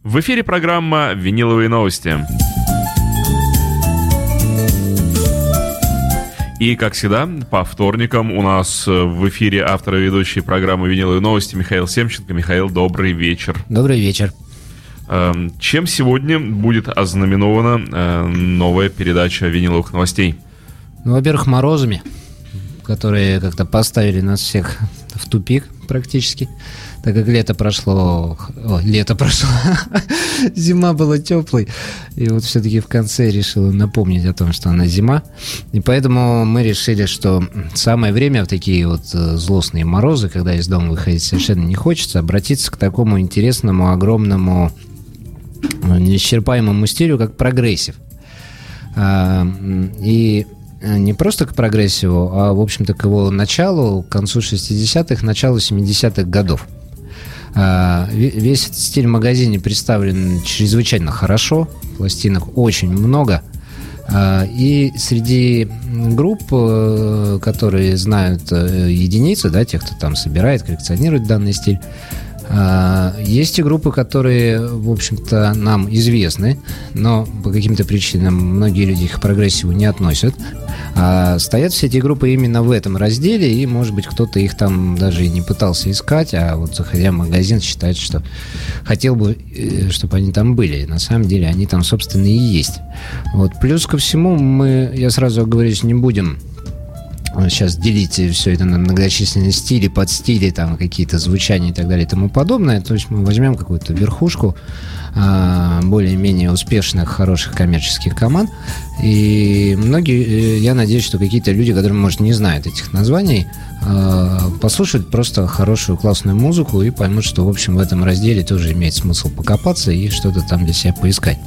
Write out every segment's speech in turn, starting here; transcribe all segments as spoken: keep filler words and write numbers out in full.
В эфире программа «Виниловые новости». И, как всегда, по вторникам у нас в эфире автор и ведущий программы «Виниловые новости» Михаил Семченко. Михаил, добрый вечер. Добрый вечер. Чем сегодня будет ознаменована новая передача «Виниловых новостей»? Ну, во-первых, морозами, которые как-то поставили нас всех в тупик практически, так как лето прошло, о, лето прошло, зима была теплой, и вот все-таки в конце решила напомнить о том, что она зима, и поэтому мы решили, что самое время в такие вот злостные морозы, когда из дома выходить совершенно не хочется, обратиться к такому интересному, огромному, неисчерпаемому стилю, как прогрессив. И не просто к прогрессиву, а, в общем-то, к его началу, к концу шестидесятых, началу семидесятых годов. Весь этот стиль в магазине представлен чрезвычайно хорошо, пластинок очень много. И среди групп, которые знают единицы, да, тех, кто там собирает, коллекционирует данный стиль, есть и группы, которые, в общем-то, нам известны, но по каким-то причинам многие люди их к прогрессиву не относят. А стоят все эти группы именно в этом разделе, и, может быть, кто-то их там даже и не пытался искать, а вот, заходя в магазин, считает, что хотел бы, чтобы они там были. И на самом деле они там, собственно, и есть. Вот. Плюс ко всему, мы, я сразу оговорюсь, не будем сейчас делить все это на многочисленные стили, подстили, там какие-то звучания и так далее и тому подобное. То есть мы возьмем какую-то верхушку а, более-менее успешных, хороших коммерческих команд. И многие, я надеюсь, что какие-то люди, которые, может, не знают этих названий, а, послушают просто хорошую, классную музыку и поймут, что, в общем, в этом разделе тоже имеет смысл покопаться и что-то там для себя поискать.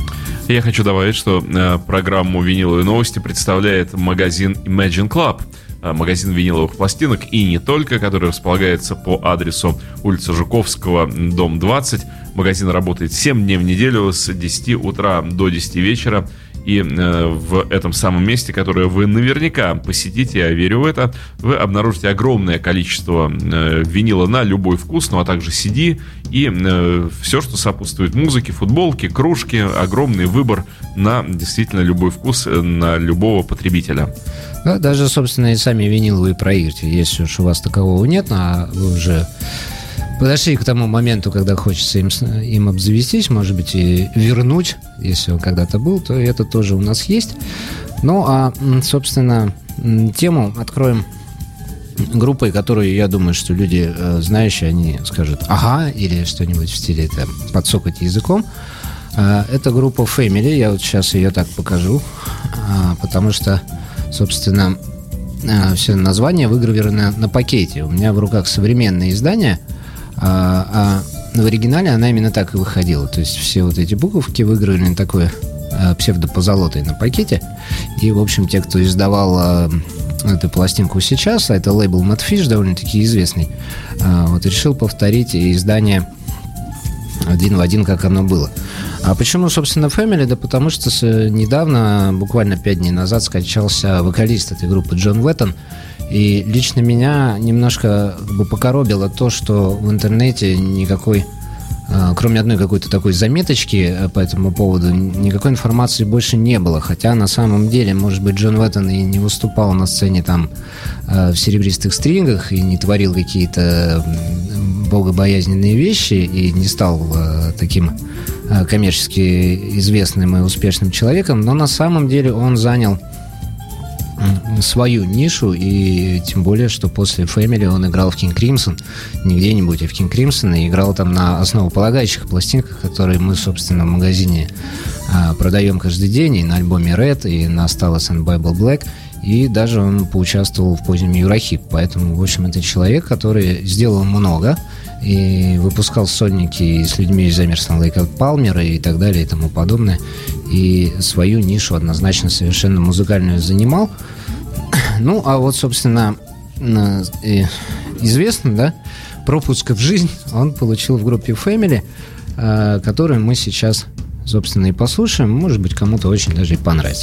Я хочу добавить, что э, программу «Виниловые новости» представляет магазин Imagine Club, э, магазин виниловых пластинок и не только, который располагается по адресу улица Жуковского, дом двадцать. Магазин работает семь дней в неделю с десяти утра до десяти вечера. И э, в этом самом месте, которое вы наверняка посетите, я верю в это, вы обнаружите огромное количество э, винила на любой вкус, ну а также си ди и э, все, что сопутствует музыке, футболки, кружки, огромный выбор на действительно любой вкус, на любого потребителя. Да, даже, собственно, и сами виниловые проигрыватели, если уж у вас такового нет, а вы уже подошли к тому моменту, когда хочется им, им обзавестись, может быть, и вернуть, если он когда-то был, то это тоже у нас есть. Ну, а, собственно, тему откроем группой, которую, я думаю, что люди, знающие, они скажут «ага» или что-нибудь в стиле там, подсокать языком. Это группа Family, я вот сейчас ее так покажу, потому что, собственно, все названия выгравированы на пакете. У меня в руках современное издание, а, а в оригинале она именно так и выходила. То есть все вот эти буковки выгравированы такой а, псевдопозолотой на пакете. И, в общем, те, кто издавал а, эту пластинку сейчас, а это лейбл Madfish, довольно-таки известный, а, вот решил повторить издание один в один, как оно было. А почему, собственно, Family? Да потому что недавно, буквально пять дней назад, скончался вокалист этой группы Джон Уэттон. И лично меня немножко как бы покоробило то, что в интернете никакой, кроме одной какой-то такой заметочки по этому поводу, никакой информации больше не было. Хотя на самом деле, может быть, Джон Уэттон и не выступал на сцене там в серебристых стрингах и не творил какие-то богобоязненные вещи и не стал таким коммерчески известным и успешным человеком, но на самом деле он занял свою нишу, и тем более, что после Family он играл в King Crimson, не где-нибудь, а в King Crimson, и играл там на основополагающих пластинках, которые мы, собственно, в магазине а, продаем каждый день, и на альбоме Red, и на Stars and Bible Black, и даже он поучаствовал в позднем Юрахип, поэтому, в общем, это человек, который сделал много, и выпускал сольники с людьми из Эмерсона, Лейка Палмера и так далее и тому подобное, и свою нишу однозначно совершенно музыкальную занимал. Ну, а вот, собственно, известно, да, пропуск в жизнь он получил в группе Family, которую мы сейчас, собственно, и послушаем. Может быть, кому-то очень даже и понравится.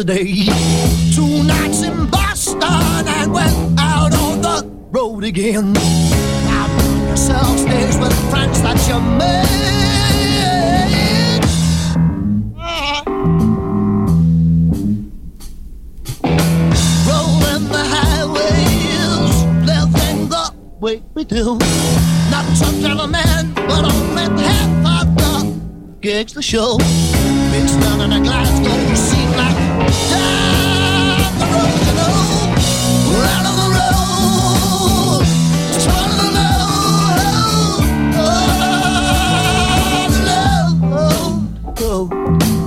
yesterday. Two nights in Boston and went out on the road again. Out on yourself stays with friends that you made. Rolling the highways, living the way we do. Not some gentlemen, but only half of the gigs the show. Mixed down in a Glasgow, you seem like down the road, you know. We're out of the road, it's out of the road, oh, the road, oh.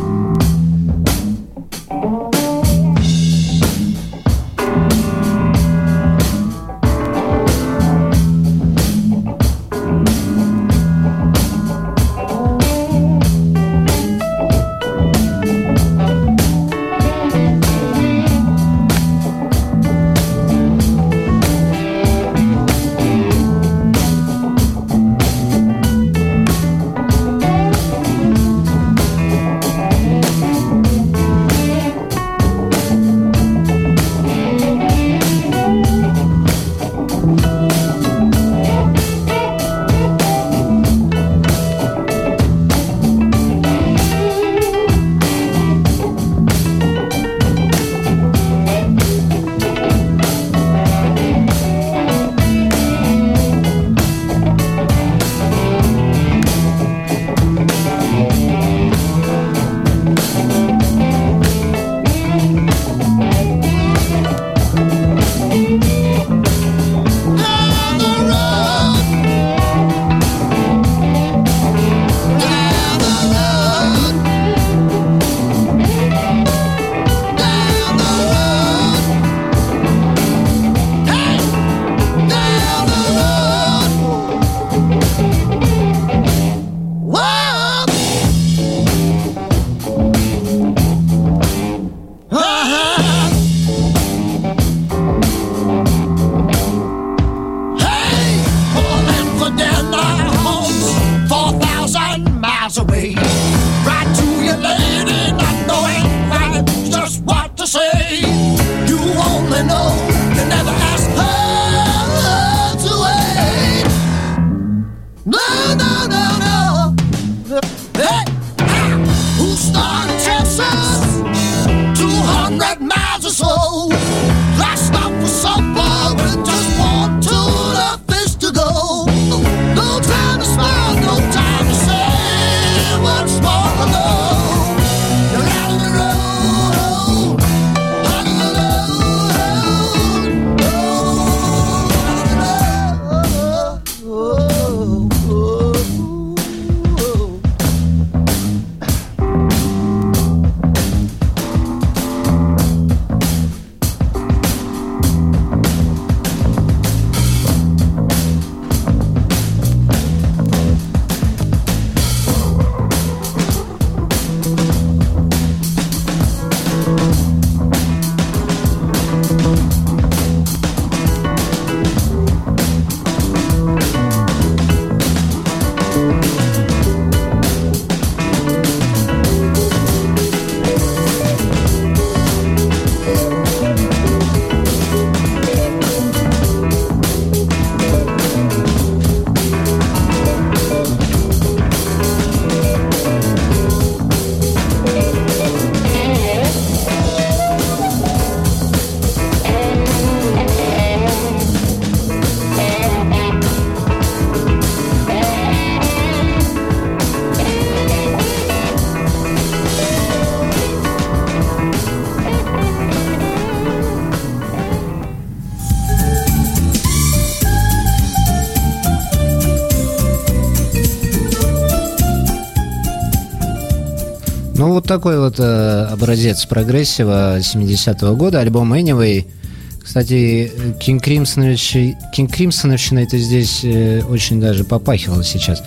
Ну, вот такой вот э, образец прогрессива семидесятого года, альбом Anyway. Кстати, Кинг Кримсонович, Кинг Кримсоновщина это здесь э, очень даже попахивало сейчас.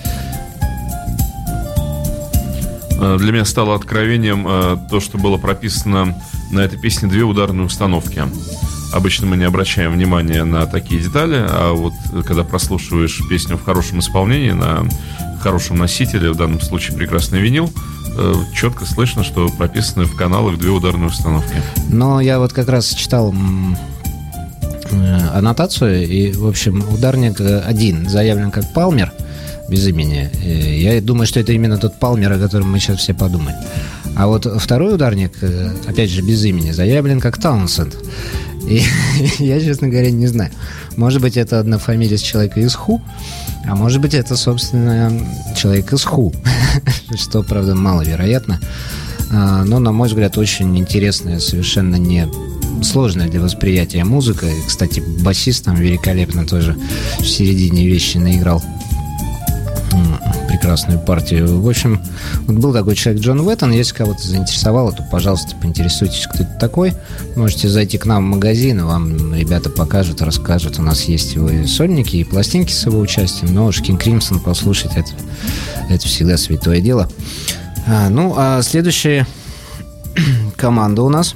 Для меня стало откровением э, то, что было прописано на этой песне две ударные установки. Обычно мы не обращаем внимания на такие детали, а вот когда прослушиваешь песню в хорошем исполнении, на хорошем носителе, в данном случае прекрасный винил, э, четко слышно, что прописаны в каналах две ударные установки. Но я вот как раз читал м, э, аннотацию, и, в общем, ударник один заявлен как Палмер, без имени. И я думаю, что это именно тот Палмер, о котором мы сейчас все подумали. А вот второй ударник, опять же, без имени, заявлен как Таунсенд. И я, честно говоря, не знаю. Может быть, это одна фамилия с человека из Ху, а может быть, это, собственно, человек из Ху, что, правда, маловероятно. Но, на мой взгляд, очень интересная, совершенно не сложная для восприятия музыка. И, кстати, басист там великолепно тоже в середине вещи наиграл прекрасную партию. В общем, вот был такой человек Джон Уэттон. Если кого-то заинтересовало, то, пожалуйста, поинтересуйтесь, кто это такой. Можете зайти к нам в магазин, и вам ребята покажут, расскажут. У нас есть его и сольники, и пластинки с его участием. Но уж Кинг Кримсон послушать, это, это всегда святое дело. А, ну, а следующая команда у нас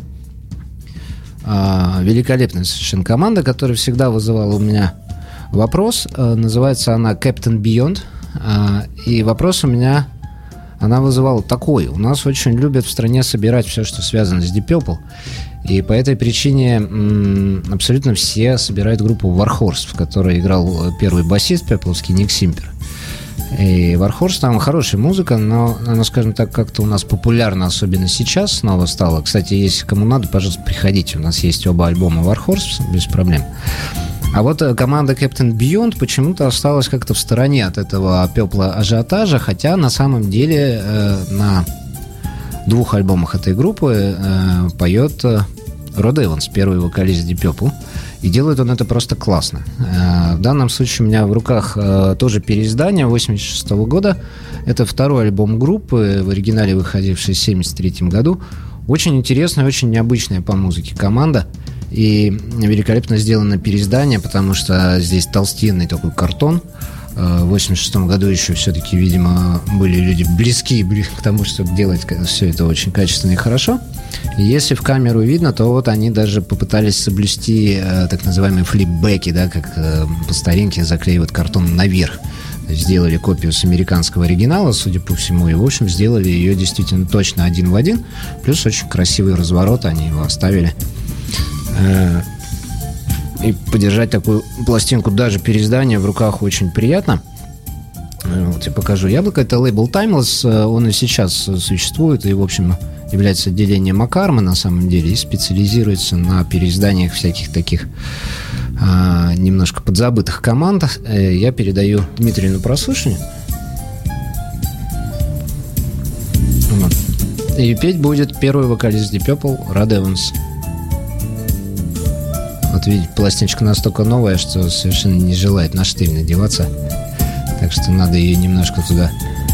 а, великолепная совершенно команда, которая всегда вызывала у меня вопрос. Называется она Captain Beyond. И вопрос у меня, она вызывала такой. У нас очень любят в стране собирать все, что связано с Deep Purple. И по этой причине м, абсолютно все собирают группу Warhorse, в которой играл первый басист пепловский Ник Симпер. И Warhorse, там хорошая музыка, но она, скажем так, как-то у нас популярна, особенно сейчас снова стала. Кстати, если кому надо, пожалуйста, приходите. У нас есть оба альбома Warhorse, без проблем. А вот команда Captain Beyond почему-то осталась как-то в стороне от этого пепла ажиотажа, хотя на самом деле э, на двух альбомах этой группы э, поет э, Род Эванс, первый вокалист Deep Purple, и делает он это просто классно. Э, в данном случае у меня в руках э, тоже переиздание восемьдесят шестого года. Это второй альбом группы, в оригинале выходивший в семьдесят третьем году. Очень интересная, очень необычная по музыке команда. И великолепно сделано переиздание, потому что здесь толстенный такой картон. В восемьдесят шестом году еще все-таки, видимо, были люди близки к тому, чтобы делать все это очень качественно и хорошо. И если в камеру видно, то вот они даже попытались соблюсти так называемые флипбеки, да, как по старинке заклеивают картон наверх. Сделали копию с американского оригинала, судя по всему, и, в общем, сделали ее действительно точно один в один. Плюс очень красивый разворот, они его оставили. И подержать такую пластинку, даже переиздание, в руках очень приятно. Вот я покажу. Яблоко — это лейбл Timeless. Он и сейчас существует и, в общем, является отделением Акарма на самом деле и специализируется на переизданиях всяких таких а, немножко подзабытых команд. Я передаю Дмитрию на прослушивание. Вот. И петь будет первый вокалист Deep Purple Род Эванс. Вот видите, пластиночка настолько новая, что совершенно не желает на штырь надеваться. Так что надо ее немножко туда.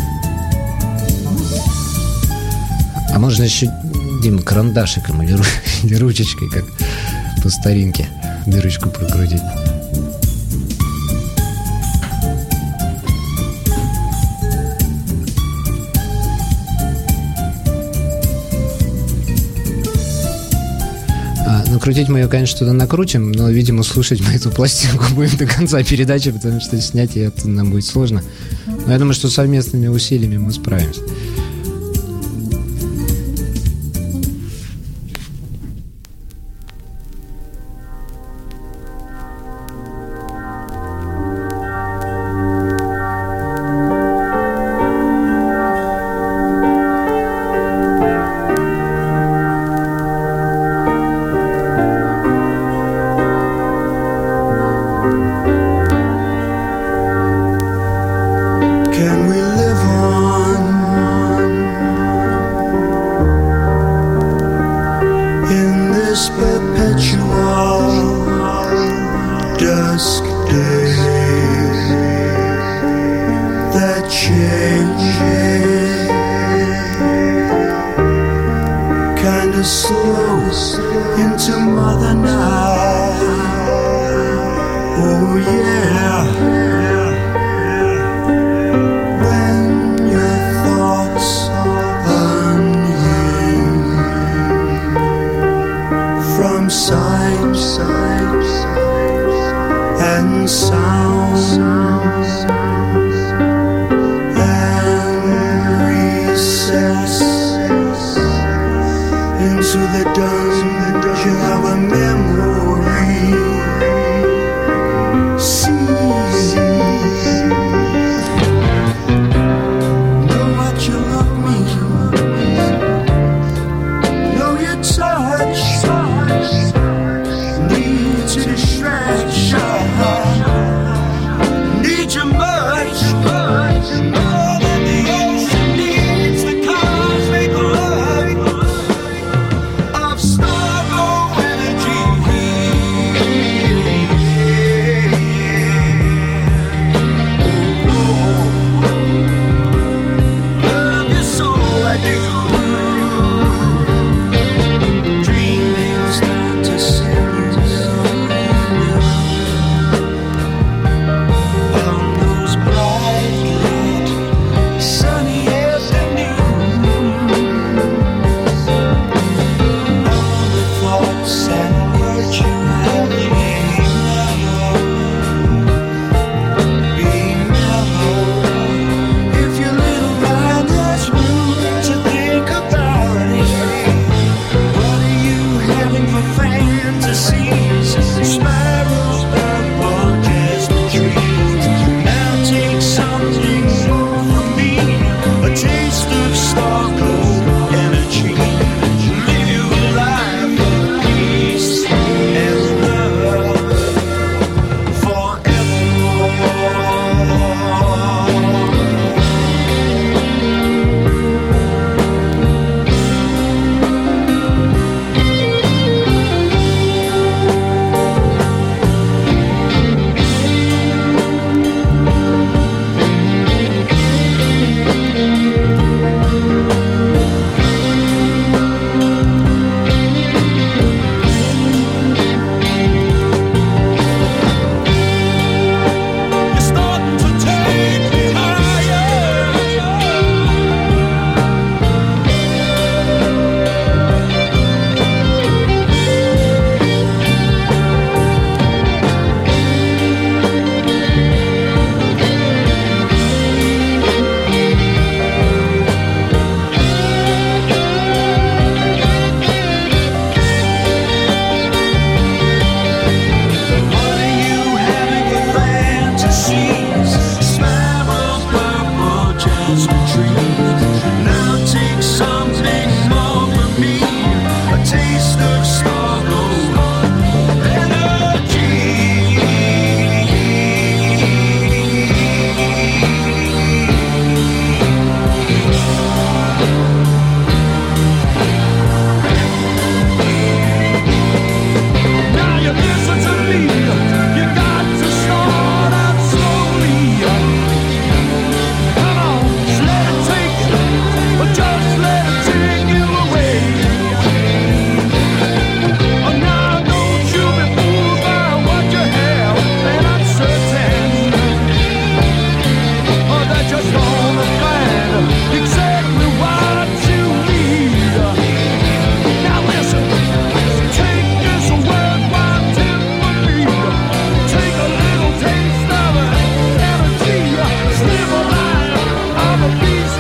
А можно еще, Дим, карандашиком или, ру... или ручечкой, как по старинке, дырочку прокрутить. Накрутить мы ее, конечно, туда накрутим, но, видимо, слушать мы эту пластинку будем до конца передачи, потому что снять ее нам будет сложно. Но я думаю, что совместными усилиями мы справимся. Sounds and reset. that does you have a memory? See, know what you love me, know your touch, need to distraction, need you much, much more than the ocean needs the cosmic love of star-glow energy. Love you so I do. Dreaming start to send you on those bright lit sunny afternoons. All the thoughts and words you have be mellow. If your little mind has room to think about it, what are you having for fantasies? Spirals, purple, jasmine trees. Now take something more from me, a taste of star-glow energy. Live a life of peace and love forevermore. You're starting to take me higher. What are you having for fantasies? Spirals, purple, jasmine trees. Now take something more from me, a taste of star-glow energy. Now you listen to me. You got to start out slowly. Come on, just let it take you, but just let it take you away. Oh, now don't you be fooled by what you have, and I'm certain oh, that you're gonna find exactly what you need. Now listen, take this word while tip with me. Take a little taste of it, energy. Live a life of a peace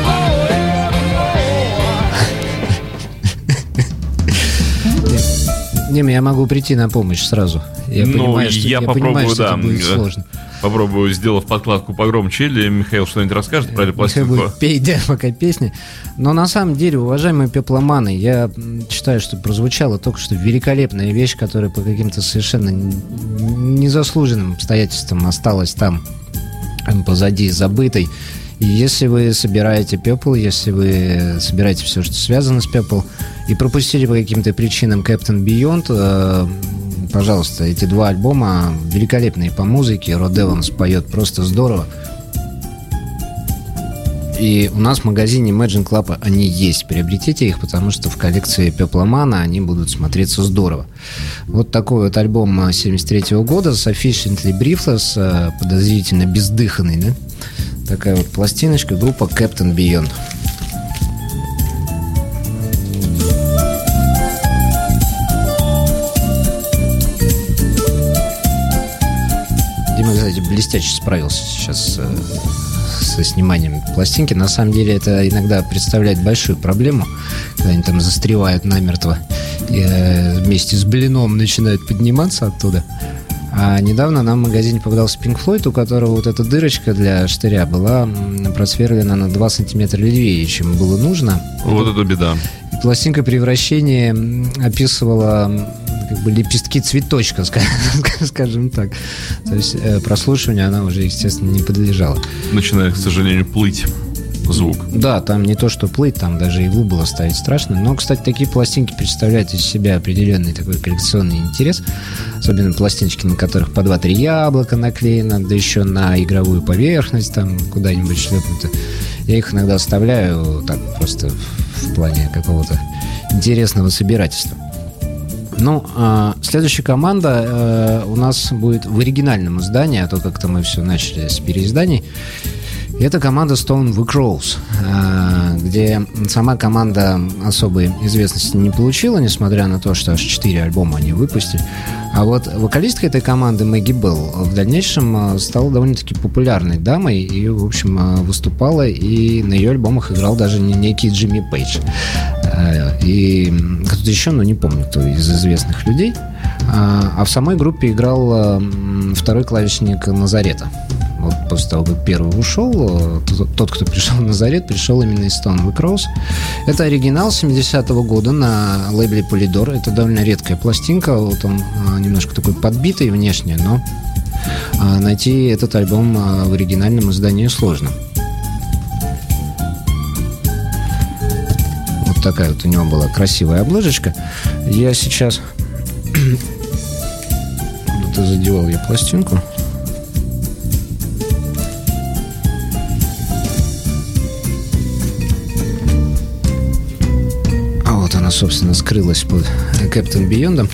forevermore. Дим, я могу прийти на помощь сразу. Я Ну, понимаю, что, я я понимаю, попробую, что да, это будет м, сложно. Попробую, сделав подкладку погромче, или Михаил что-нибудь расскажет про эту Михаил пластинку. будет петь, да, пока песни. Но на самом деле, уважаемые пепломаны, я м, считаю, что прозвучала только что великолепная вещь, которая по каким-то совершенно н- незаслуженным обстоятельствам осталась там, м, позади, забытой. И если вы собираете пепел, если вы собираете все, что связано с пепел, и пропустили по каким-то причинам Captain Beyond, э, пожалуйста, эти два альбома великолепные по музыке. Род Эванс поет просто здорово. И у нас в магазине Imagine Club они есть. Приобретите их, потому что в коллекции Пепломана они будут смотреться здорово. Вот такой вот альбом семьдесят третьего года Sufficiently Breathless, подозрительно бездыханный, да? Такая вот пластиночка, группа Captain Beyond. Дима, кстати, блестяще справился сейчас э, со сниманием пластинки. На самом деле это иногда представляет большую проблему, когда они там застревают намертво. э, вместе с блином начинают подниматься оттуда. А недавно нам в магазине попадался Pink Floyd, у которого вот эта дырочка для штыря была просверлена на два сантиметра левее, чем было нужно. Вот это беда. И пластинка превращения описывала как бы лепестки цветочка, скажем так. То есть прослушиванию она уже, естественно, не подлежала. Начинает, к сожалению, плыть звук. Да, там не то, что плыть, там даже иглу было ставить страшно. Но, кстати, такие пластинки представляют из себя определенный такой коллекционный интерес. Особенно пластиночки, на которых по два-три яблока наклеено, да еще на игровую поверхность там куда-нибудь шлепнуто. Я их иногда оставляю так просто в плане какого-то интересного собирательства. Ну, э, следующая команда э, у нас будет в оригинальном издании, а то как-то мы все начали с переизданий. Это команда Stone the Crows, где сама команда особой известности не получила, несмотря на то, что аж четыре альбома они выпустили. А вот вокалистка этой команды Мэгги Белл в дальнейшем стала довольно-таки популярной дамой и, в общем, выступала, и на ее альбомах играл даже некий Джимми Пейдж. И кто-то еще, но не помню, кто из известных людей. А в самой группе играл второй клавишник Назарета. Вот после того, как первый ушел, тот, кто пришел на Назарет, пришел именно из Stone the Crows. Это оригинал семидесятого года на лейбле Polydor. Это довольно редкая пластинка. Вот он немножко такой подбитый внешне, но найти этот альбом в оригинальном издании сложно. Вот такая вот у него была красивая обложечка. Я сейчас... Куда-то задевал я пластинку. Она, собственно, скрылась под Captain Beyond.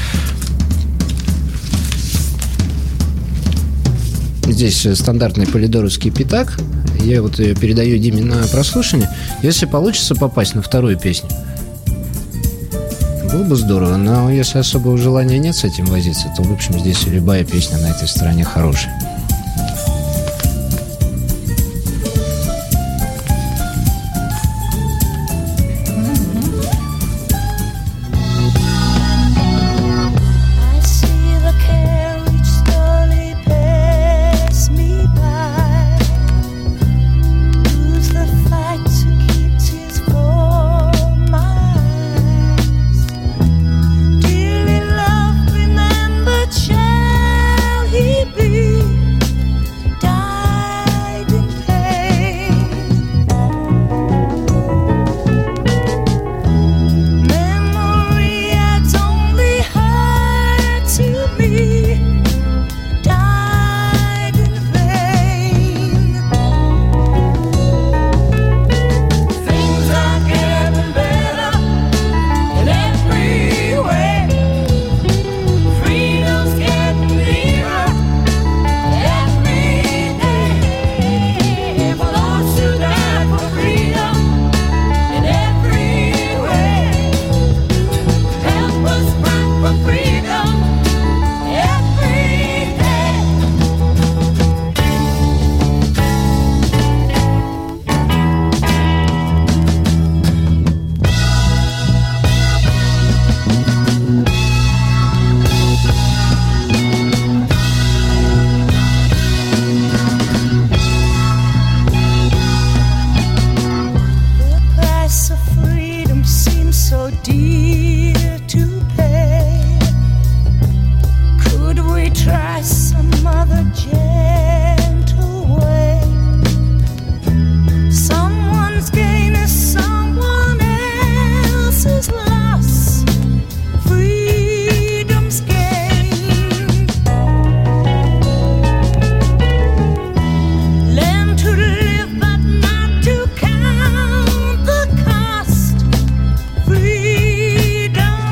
Здесь стандартный полидоровский пятак. Я вот ее передаю Диме на прослушивание. Если получится попасть на вторую песню, было бы здорово. Но если особого желания нет с этим возиться, то, в общем, здесь любая песня на этой стороне хорошая.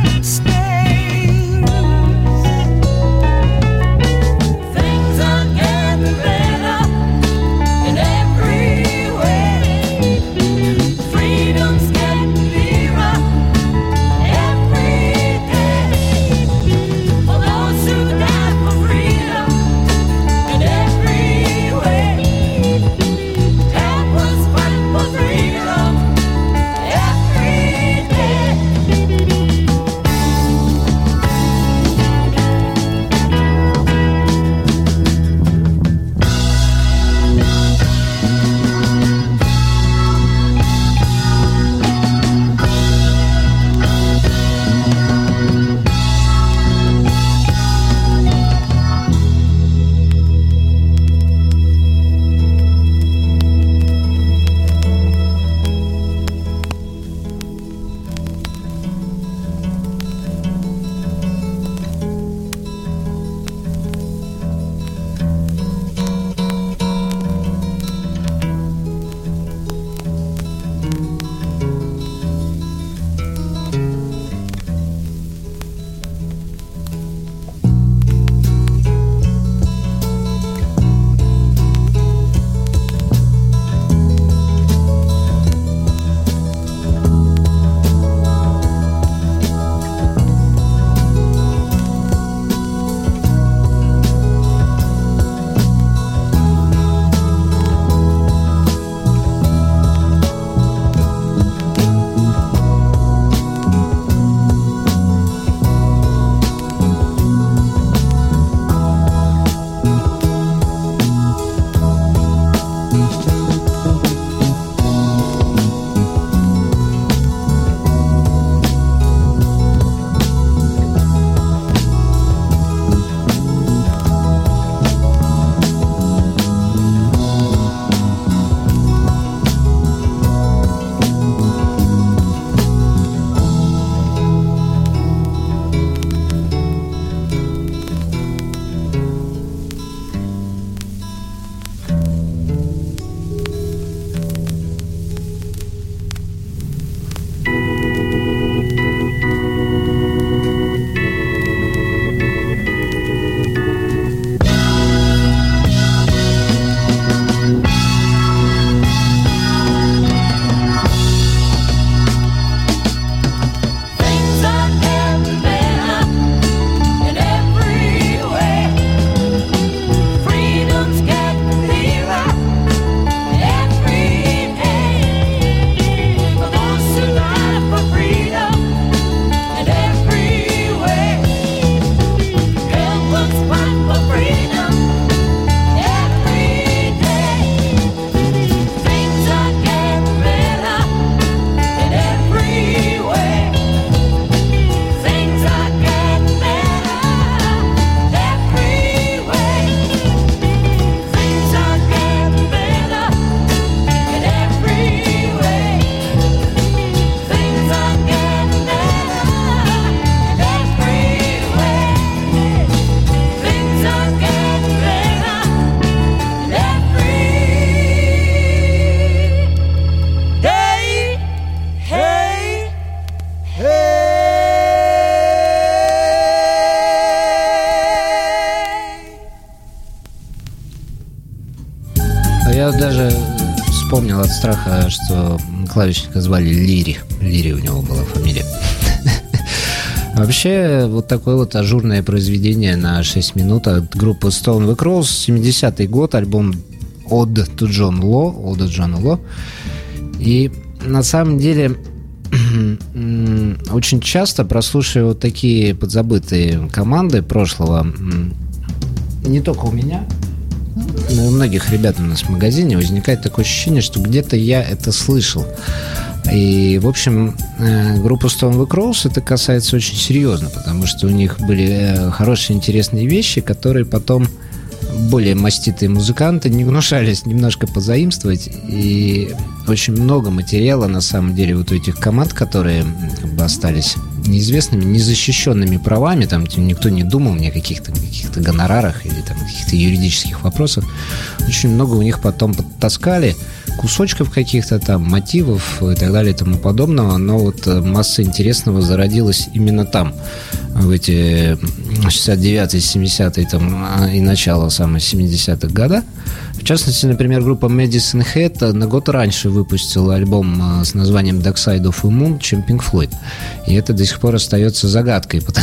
Things are getting я даже вспомнил от страха, что клавишника звали Лири. Лири у него была фамилия. Вообще, вот такое вот ажурное произведение на шесть минут от группы Stone the Crows, семидесятый год, альбом Ode to John Law, Ода Джона Ло. И на самом деле очень часто, прослушивая вот такие подзабытые команды прошлого, не только у меня, но и у многих ребят у нас в магазине возникает такое ощущение, что где-то я это слышал. И, в общем, группу Stone the Crows это касается очень серьезно, потому что у них были хорошие, интересные вещи, которые потом более маститые музыканты не гнушались немножко позаимствовать. И очень много материала, на самом деле, вот у этих команд, которые как бы остались неизвестными, незащищенными правами, там никто не думал ни о каких-то, каких-то гонорарах или там каких-то юридических вопросах. Очень много у них потом подтаскали кусочков каких-то там, мотивов и так далее и тому подобного, но вот масса интересного зародилась именно там, в эти шестьдесят девятые, семидесятые там, и начало самых семидесятых годов. В частности, например, группа Medicine Head на год раньше выпустила альбом с названием Dark Side of the Moon, чем Pink Floyd. И это до сих пор остается загадкой, потому,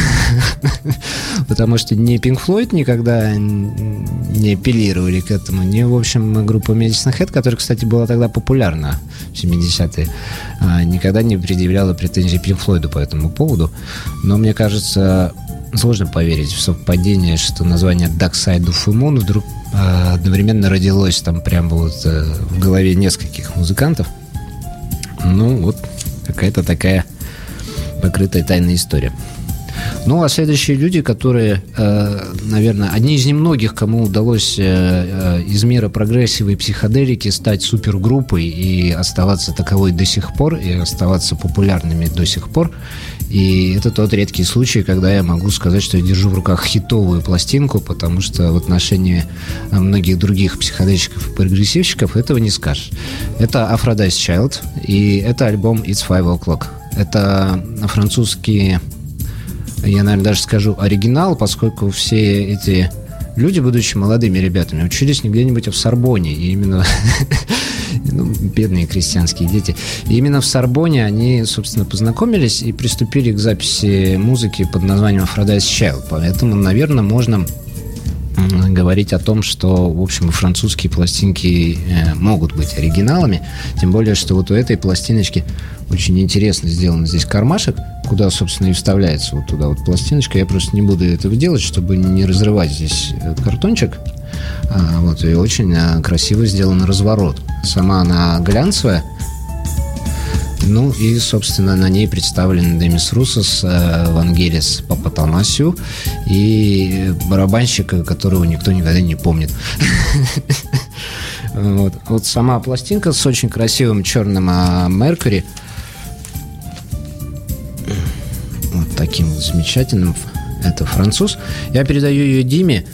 потому что ни Pink Floyd никогда не апеллировали к этому, ни, в общем, группа Medicine Head, которая, кстати, была тогда популярна в семидесятые, никогда не предъявляла претензий Pink Floyd по этому поводу. Но мне кажется, сложно поверить в совпадение, что название Dark Side of the Moon вдруг одновременно родилось там прямо вот в голове нескольких музыкантов. Ну, вот какая-то такая покрытая тайная история. Ну, а следующие люди, которые, наверное, одни из немногих, кому удалось из мира прогрессива и психоделики стать супергруппой и оставаться таковой до сих пор, и оставаться популярными до сих пор. И это тот редкий случай, когда я могу сказать, что я держу в руках хитовую пластинку, потому что в отношении многих других психодельщиков и прогрессивщиков этого не скажешь. Это Aphrodite's Child, и это альбом It's Five O'Clock. Это французские... Я, наверное, даже скажу оригинал, поскольку все эти люди, будучи молодыми ребятами, учились не где-нибудь, а в Сорбонне. И именно ну, бедные крестьянские дети. И именно в Сорбонне они, собственно, познакомились и приступили к записи музыки под названием Aphrodite's Child. Поэтому, наверное, можно говорить о том, что, в общем, французские пластинки могут быть оригиналами. Тем более, что вот у этой пластиночки очень интересно сделан здесь кармашек, куда, собственно, и вставляется вот туда вот пластиночка. Я просто не буду этого делать, чтобы не разрывать здесь картончик. А, вот, и очень а, красиво сделан разворот. Сама она глянцевая. Ну и, собственно, на ней представлены Демис Руссос, Вангелис Папатанасиу и барабанщика, которого никто никогда не помнит. Вот. Вот сама пластинка с очень красивым черным Меркьюри. Вот таким вот замечательным. Это француз. Я передаю ее Диме.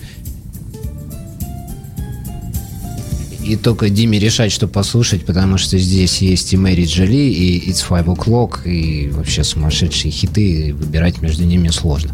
И только Диме решать, что послушать, потому что здесь есть и Мэри Джоли, и It's Five O'Clock, и вообще сумасшедшие хиты, и выбирать между ними сложно.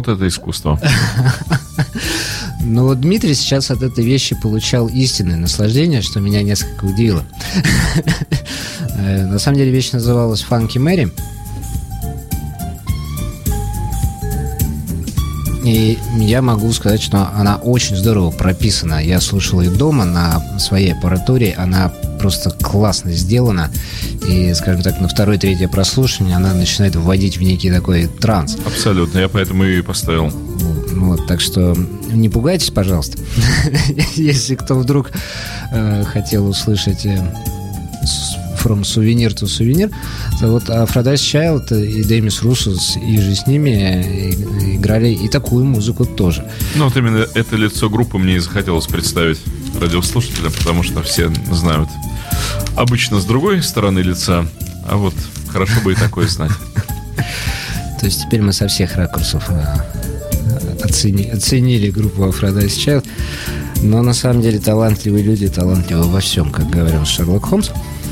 Вот это искусство. Но вот Дмитрий сейчас от этой вещи получал истинное наслаждение, что меня несколько удивило. На самом деле вещь называлась «Funky Mary». И я могу сказать, что она очень здорово прописана. Я слушал ее дома на своей аппаратуре. Она просто классно сделана. И, скажем так, на второе, третье прослушивание она начинает вводить в некий такой транс. Абсолютно, я поэтому ее и поставил. Вот, так что не пугайтесь, пожалуйста. Если кто вдруг э, хотел услышать э, From Souvenir to Souvenir, то вот Aphrodite Child и Демис Руссос и же с ними играли и такую музыку тоже. Ну вот именно это лицо группы мне и захотелось представить радиослушателям, потому что все знают обычно с другой стороны лица, а вот хорошо бы и такое знать. То есть теперь мы со всех ракурсов оцени, оценили группу Aphrodite Child, но на самом деле талантливые люди талантливы во всем, как говорил Шерлок Холмс.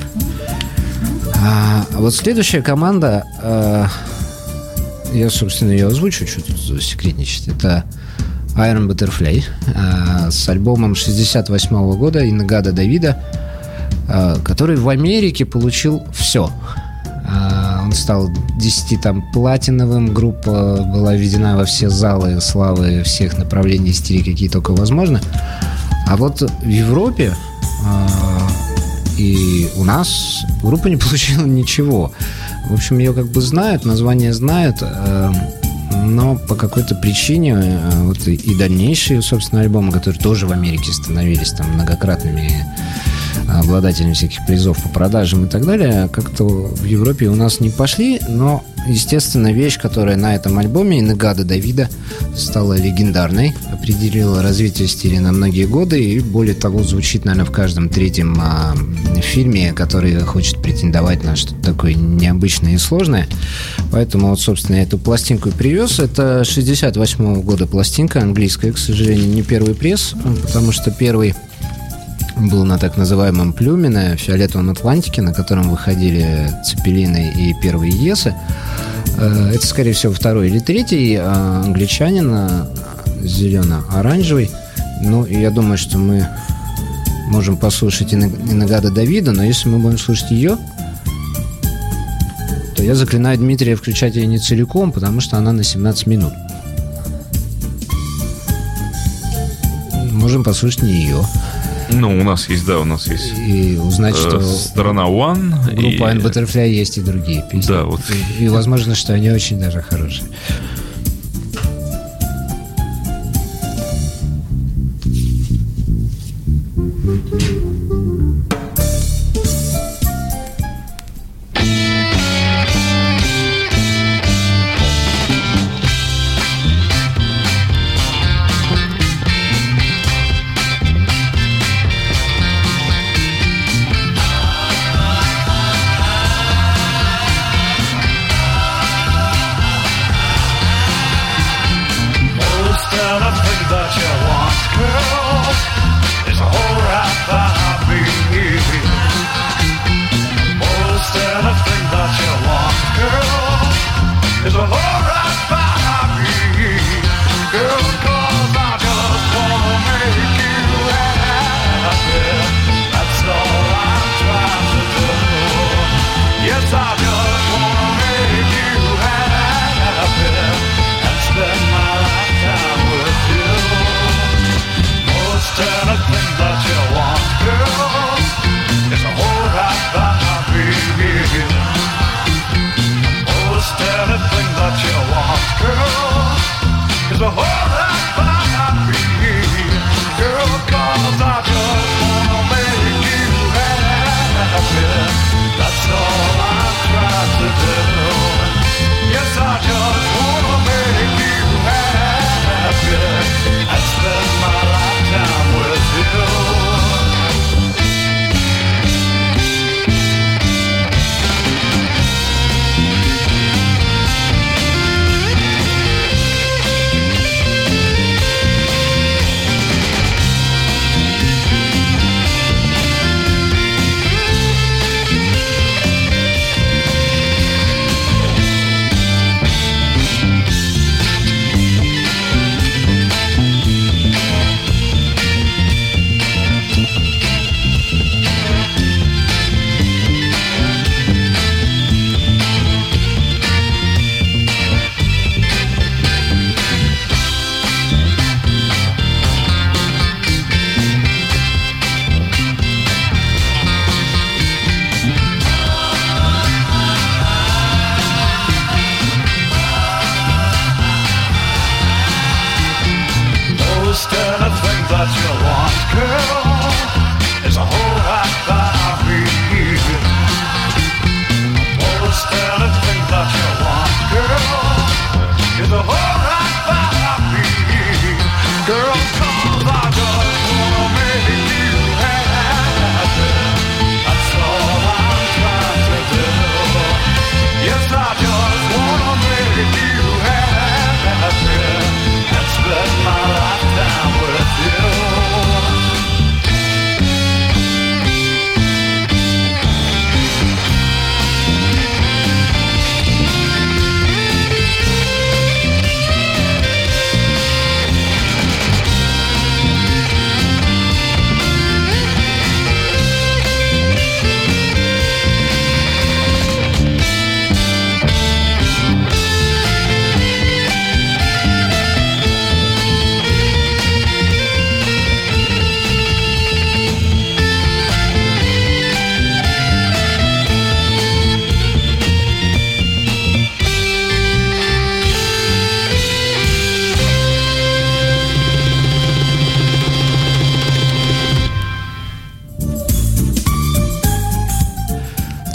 А вот следующая команда, э, я, собственно, ее озвучу, что тут засекретничать, это Iron Butterfly э, с альбомом шестьдесят восьмого года In-A-Gadda Da Vida, э, который в Америке получил все. Э, он стал десяти там платиновым, группа была введена во все залы славы всех направлений и стилей, какие только возможно. А вот в Европе... Э, И у нас группа не получила ничего. В общем, ее как бы знают, название знают, э, но по какой-то причине э, вот и, и дальнейшие, собственно, альбомы, которые тоже в Америке становились там многократными обладателями всяких призов по продажам и так далее, как-то в Европе у нас не пошли, но, естественно, вещь, которая на этом альбоме In-A-Gadda Da Vida стала легендарной, определила развитие стиля на многие годы и, более того, звучит, наверное, в каждом третьем а, фильме, который хочет претендовать на что-то такое необычное и сложное. Поэтому, вот, собственно, я эту пластинку и привез. Это шестьдесят восьмого года пластинка, английская, к сожалению, не первый пресс, потому что первый был на так называемом Плюмине, в фиолетовом Атлантике, на котором выходили Цепелины и первые Есы. Это, скорее всего, второй или третий англичанин, зелено-оранжевый. Ну, и я думаю, что мы можем послушать In-A-Gadda Da Vida, но если мы будем слушать ее, то я заклинаю Дмитрия включать ее не целиком, потому что она на семнадцать минут. Можем послушать не ее. Ну, у нас есть, да, у нас есть. И узнать, э, что сторона One. Группа Iron Butterfly есть и другие песни. Да, вот. И, и возможно, что они очень даже хорошие. I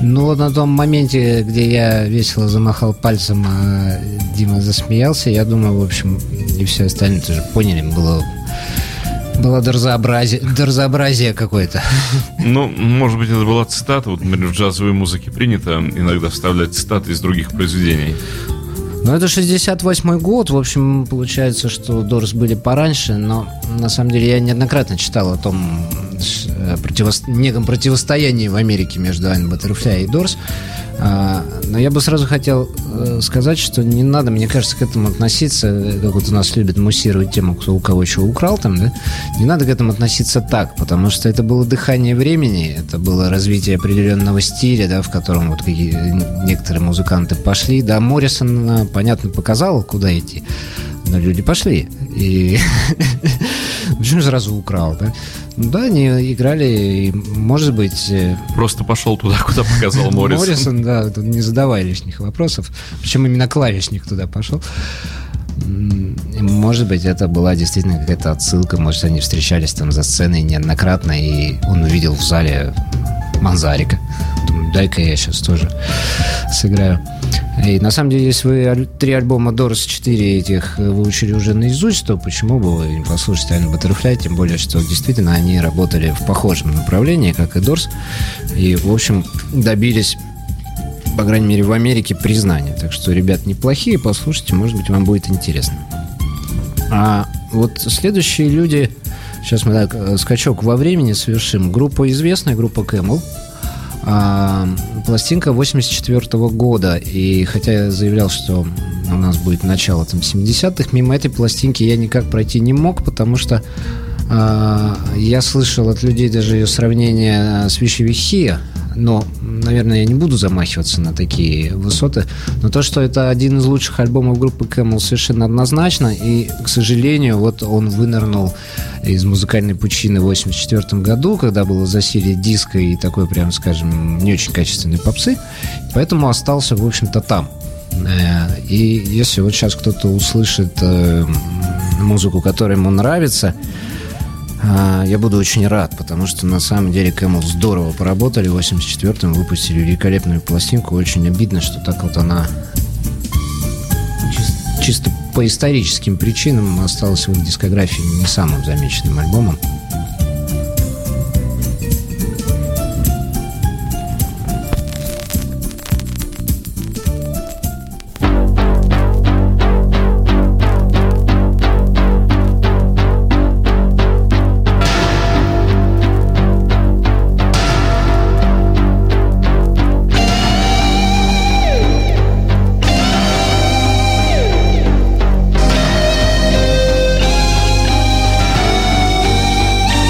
Ну, вот на том моменте, где я весело замахал пальцем, а Дима засмеялся, я думаю, в общем, и все остальные тоже поняли, было... Было дорзообразие, дорзообразие какое-то. Ну, может быть, это была цитата. Вот, например, в джазовой музыке принято иногда вставлять цитаты из других произведений. Ну, это шестьдесят восьмой год. В общем, получается, что Дорс были пораньше. Но, на самом деле, я неоднократно читал о том противо... неком противостоянии в Америке между Айн Баттерфляй и Дорс. Но я бы сразу хотел сказать, что не надо, мне кажется, к этому относиться, как вот у нас любят муссировать тему, кто у кого чего украл там, да? Не надо к этому относиться так, потому что это было дыхание времени, это было развитие определенного стиля, да, в котором вот какие, некоторые музыканты пошли. Да, Моррисон, понятно, показал, куда идти, но люди пошли. И почему сразу украл, да? Да, они играли, и, может быть... Просто пошел туда, куда показал Моррисон. Моррисон, да, не задавай лишних вопросов. Причем именно клавишник туда пошел. Может быть, это была действительно какая-то отсылка. Может, они встречались там за сценой неоднократно, и он увидел в зале Манзарика. Думаю, дай-ка я сейчас тоже сыграю. И на самом деле, если вы три альбома Doors, четыре этих выучили уже наизусть, то почему бы вы не послушать Айн Баттерфляй, тем более, что действительно они работали в похожем направлении, как и Doors, и, в общем, добились, по крайней мере, в Америке признания. Так что, ребят, неплохие, послушайте, может быть, вам будет интересно. А вот следующие люди, сейчас мы так скачок во времени совершим. Группа известная, группа Camel. А, пластинка восемьдесят четвёртого года. И хотя я заявлял, что у нас будет начало там семидесятых, мимо этой пластинки я никак пройти не мог, потому что а, я слышал от людей даже ее сравнение с Wish You Were Here. Но, наверное, я не буду замахиваться на такие высоты. Но то, что это один из лучших альбомов группы Camel, совершенно однозначно. И, к сожалению, вот он вынырнул из музыкальной пучины в восемьдесят четвёртом году, когда было засилие диска и такой, прям скажем, не очень качественной попсы. Поэтому остался, в общем-то, там. И если вот сейчас кто-то услышит музыку, которая ему нравится, я буду очень рад, потому что на самом деле Camel здорово поработали. В восемьдесят четвёртом выпустили великолепную пластинку. Очень обидно, что так вот она чис- чисто по историческим причинам осталась в их дискографии не самым замеченным альбомом. Thank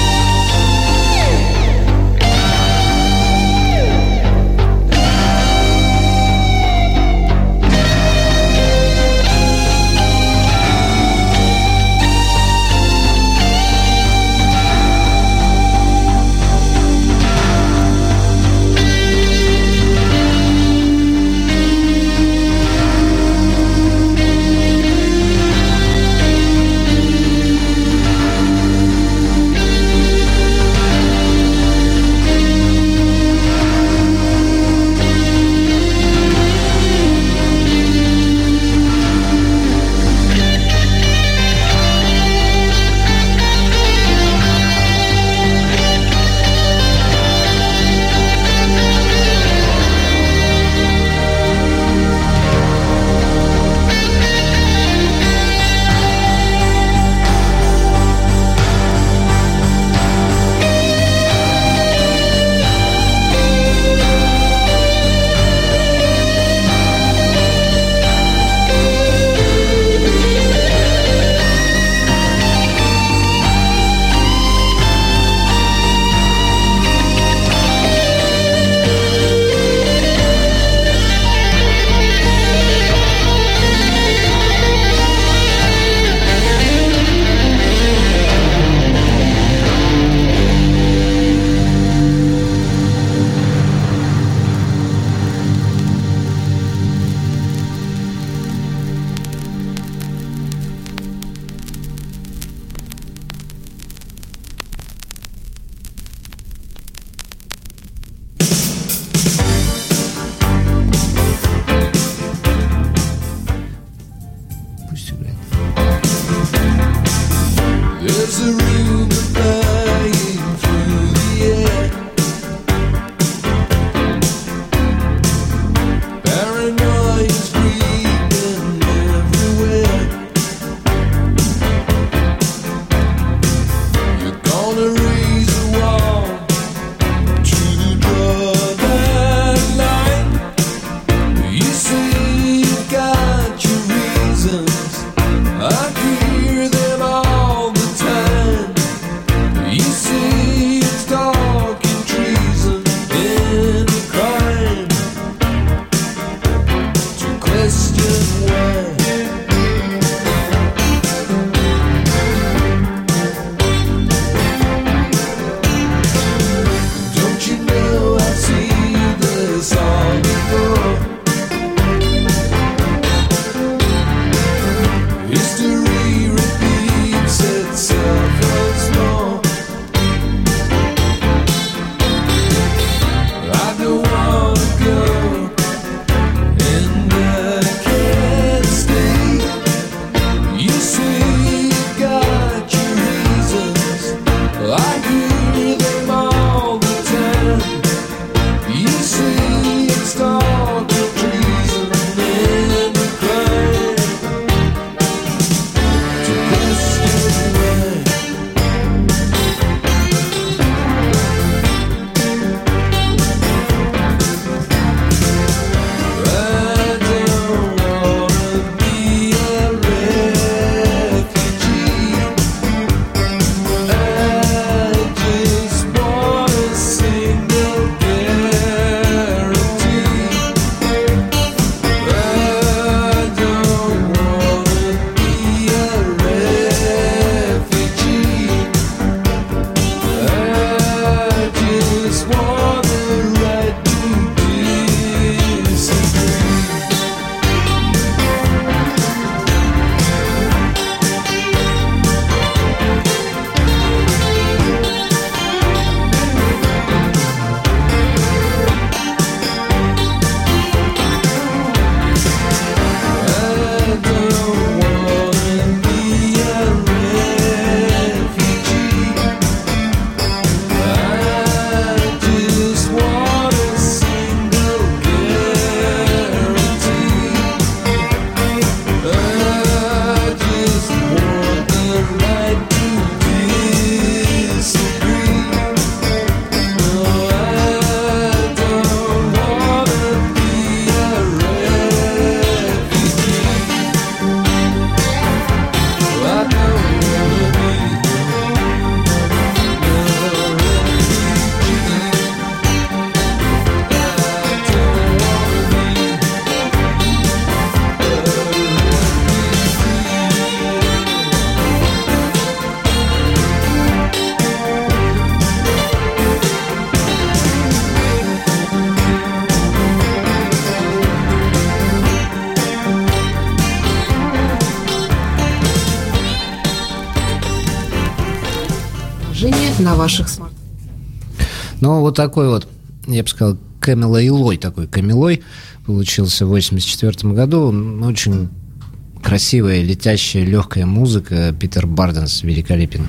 на ваших смартфонах? Ну, вот такой вот, я бы сказал, камелоилой такой, камелой получился в восемьдесят четвёртом году. Очень красивая, летящая, легкая музыка. Питер Барденс великолепен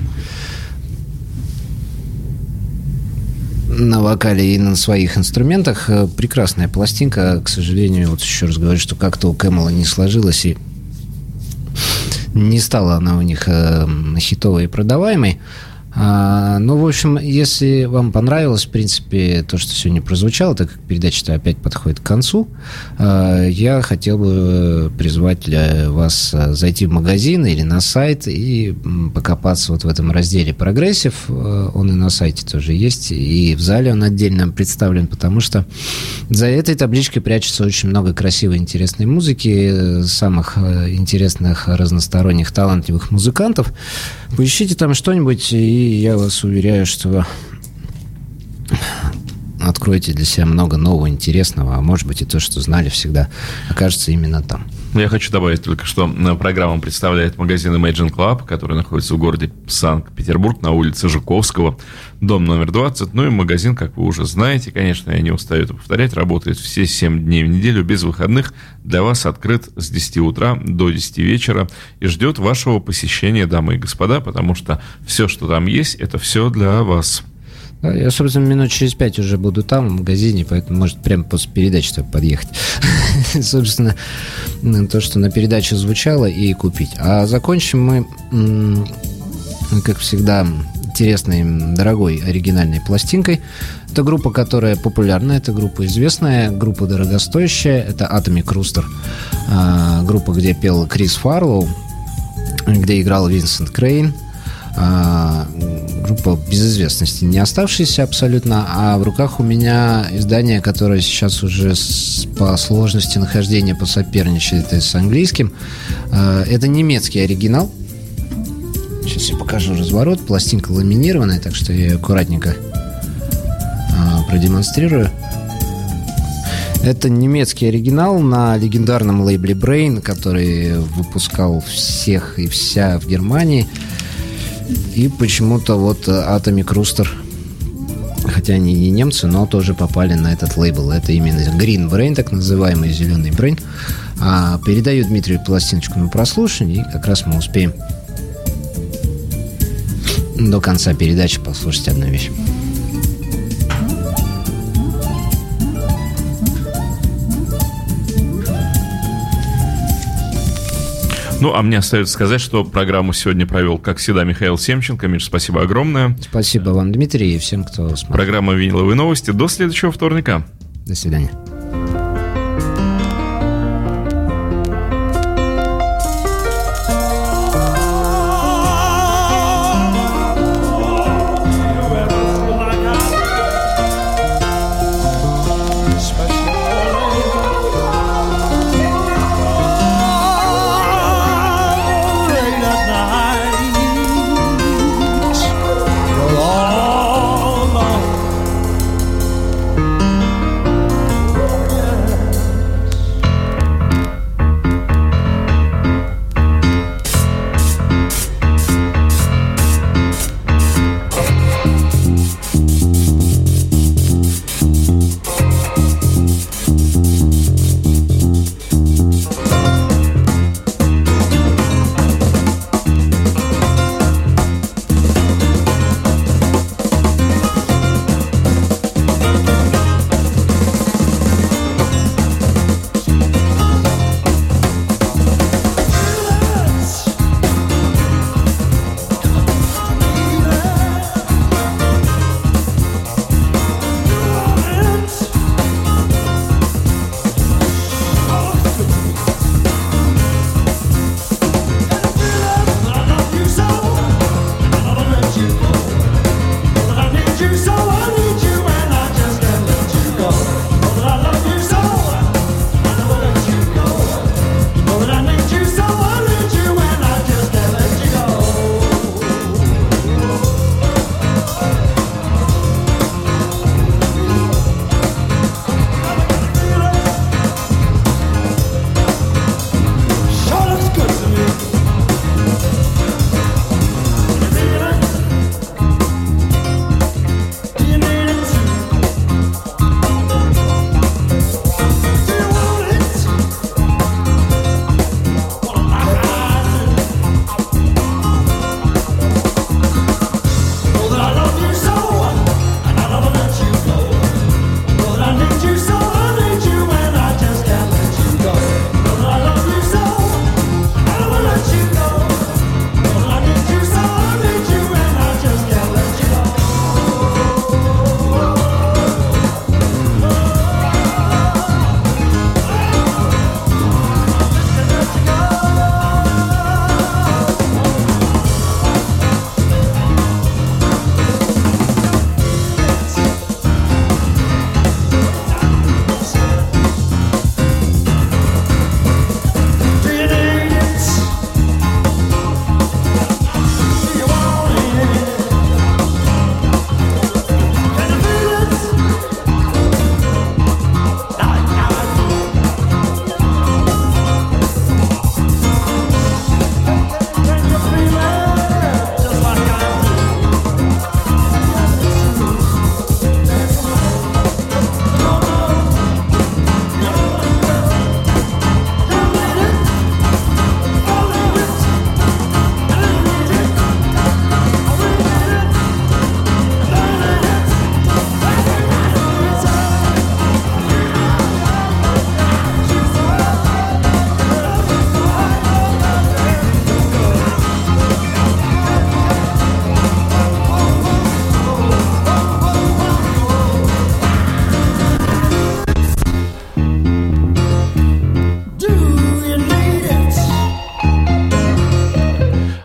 на вокале и на своих инструментах. Прекрасная пластинка. К сожалению, вот еще раз говорю, что как-то у Кэмела не сложилось, и не стала она у них хитовой и продаваемой. А, ну, в общем, если вам понравилось, в принципе, то, что сегодня прозвучало, так как передача-то опять подходит к концу, а, я хотел бы призвать для вас зайти в магазин или на сайт и покопаться вот в этом разделе «Прогрессив». Он и на сайте тоже есть, и в зале он отдельно представлен, потому что за этой табличкой прячется очень много красивой, интересной музыки, самых интересных, разносторонних, талантливых музыкантов. Поищите там что-нибудь, и я вас уверяю, что откроете для себя много нового, интересного, а может быть и то, что знали всегда, окажется именно там. Я хочу добавить только, что программу представляет магазин Imagine Club, который находится в городе Санкт-Петербург на улице Жуковского, дом номер двадцать. Ну и магазин, как вы уже знаете, конечно, я не устаю это повторять, работает все семь дней в неделю без выходных. Для вас открыт с десяти утра до десяти вечера и ждет вашего посещения, дамы и господа, потому что все, что там есть, это все для вас. Да, я, собственно, минут через пять уже буду там, в магазине, поэтому, может, прямо после передачи только подъехать. Собственно, то, что на передаче звучало, и купить. А закончим мы, как всегда, интересной, дорогой, оригинальной пластинкой. Это группа, которая популярна, это группа известная, группа дорогостоящая, это Atomic Rooster, группа, где пел Крис Фарлоу, где играл Винсент Крейн. А, группа без известности, не оставшаяся абсолютно, а в руках у меня издание, которое сейчас уже с, по сложности нахождения посоперничает с английским. А, это немецкий оригинал. Сейчас я покажу разворот. Пластинка ламинированная, так что я ее аккуратненько а, продемонстрирую. Это немецкий оригинал на легендарном лейбле Brain, который выпускал всех и вся в Германии. И почему-то вот Atomic Rooster, хотя они не немцы, но тоже попали на этот лейбл. Это именно Green Brain, так называемый зеленый Brain. А, передаю Дмитрию пластиночку на прослушивание, и как раз мы успеем до конца передачи послушать одну вещь. Ну, а мне остается сказать, что программу сегодня провел, как всегда, Михаил Семченко. Миш, спасибо огромное. Спасибо вам, Дмитрий, и всем, кто смотрит. Программа «Виниловые новости». До следующего вторника. До свидания.